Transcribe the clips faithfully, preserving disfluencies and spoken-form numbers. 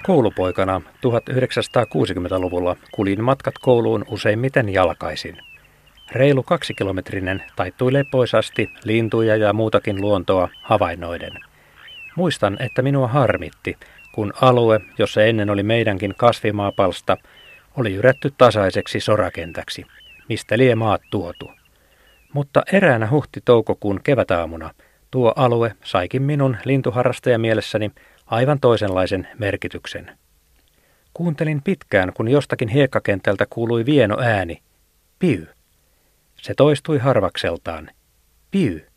Koulupoikana tuhatyhdeksänsataakuusikymmentäluvulla kuljin matkat kouluun useimmiten jalkaisin. Reilu kaksikilometrinen taittui lepoisasti lintuja ja muutakin luontoa havainnoiden. Muistan, että minua harmitti, kun alue, jossa ennen oli meidänkin kasvimaapalsta, oli jyrätty tasaiseksi sorakentäksi, mistä lie maat tuotu. Mutta eräänä huhti-toukokuun kevätaamuna tuo alue saikin minun lintuharrastajamielessäni aivan toisenlaisen merkityksen. Kuuntelin pitkään, kun jostakin hiekkakentältä kuului vieno ääni. Piy. Se toistui harvakseltaan. Piy.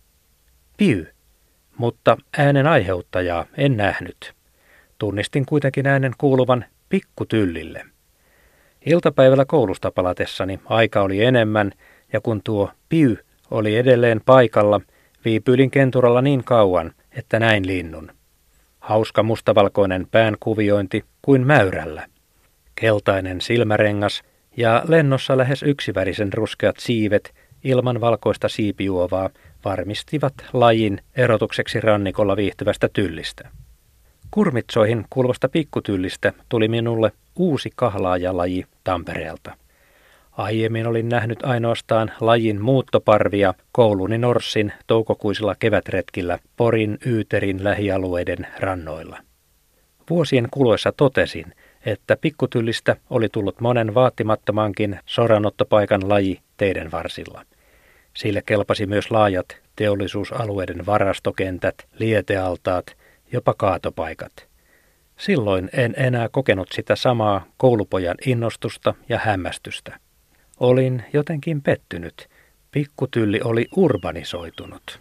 Piy. Mutta äänen aiheuttajaa en nähnyt. Tunnistin kuitenkin äänen kuuluvan pikkutyllille. Iltapäivällä koulusta palatessani aika oli enemmän, ja kun tuo piy oli edelleen paikalla, viipyilin kenturalla niin kauan, että näin linnun. Hauska mustavalkoinen päänkuviointi kuin mäyrällä. Keltainen silmärengas ja lennossa lähes yksivärisen ruskeat siivet ilman valkoista siipijuovaa varmistivat lajin erotukseksi rannikolla viihtyvästä tyllistä. Kurmitsoihin kuuluvasta pikkutyllistä tuli minulle uusi kahlaajalaji Tampereelta. Aiemmin olin nähnyt ainoastaan lajin muuttoparvia kouluni Norssin toukokuisilla kevätretkillä Porin Yyterin lähialueiden rannoilla. Vuosien kuluessa totesin, että pikkutyllistä oli tullut monen vaatimattomankin soranottopaikan laji teiden varsilla. Sille kelpasi myös laajat teollisuusalueiden varastokentät, lietealtaat, jopa kaatopaikat. Silloin en enää kokenut sitä samaa koulupojan innostusta ja hämmästystä. Olin jotenkin pettynyt. Pikkutylli oli urbanisoitunut.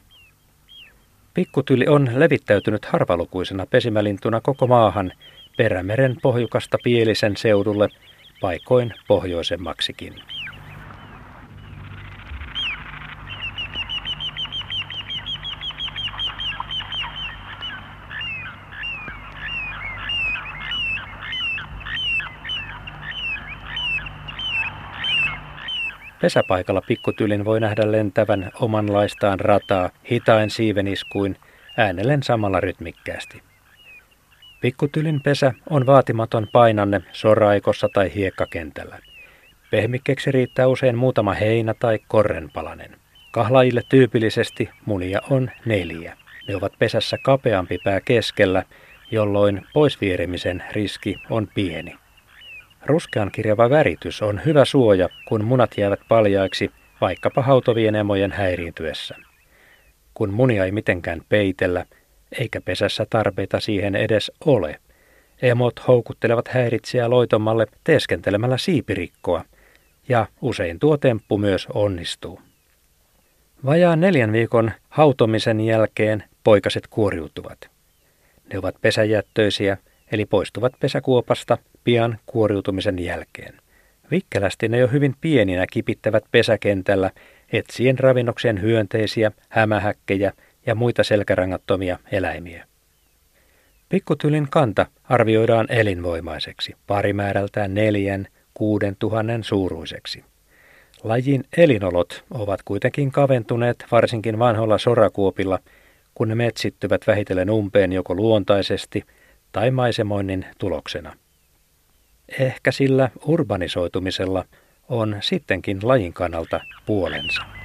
Pikkutylli on levittäytynyt harvalukuisena pesimälintuna koko maahan, Perämeren pohjukasta Pielisen seudulle, paikoin pohjoisemmaksikin. Pesäpaikalla pikkutyllin voi nähdä lentävän omanlaistaan rataa hitain siiveniskuin äänellen samalla rytmikkäästi. Pikkutyllin pesä on vaatimaton painanne soraikossa tai hiekkakentällä. Pehmikkeeksi riittää usein muutama heinä tai korrenpalanen. Kahlaajille tyypillisesti munia on neljä. Ne ovat pesässä kapeampi pää keskellä, jolloin poisvierimisen riski on pieni. Ruskean kirjava väritys on hyvä suoja, kun munat jäävät paljaiksi vaikkapa hautovien emojen häiriintyessä. Kun munia ei mitenkään peitellä, eikä pesässä tarpeita siihen edes ole, emot houkuttelevat häiritsijää loitomalle teeskentelemällä siipirikkoa, ja usein tuo temppu myös onnistuu. Vajaan neljän viikon hautomisen jälkeen poikaset kuoriutuvat. Ne ovat pesäjättöisiä, eli poistuvat pesäkuopasta pian kuoriutumisen jälkeen. Vikkelästi ne jo hyvin pieninä kipittävät pesäkentällä etsien ravinnokseen hyönteisiä, hämähäkkejä ja muita selkärangattomia eläimiä. Pikkutylin kanta arvioidaan elinvoimaiseksi, parimäärältään neljän, kuuden tuhannen suuruiseksi. Lajin elinolot ovat kuitenkin kaventuneet varsinkin vanhoilla sorakuopilla, kun ne metsittyvät vähitellen umpeen joko luontaisesti tai maisemoinnin tuloksena. Ehkä sillä urbanisoitumisella on sittenkin lajin kannalta puolensa.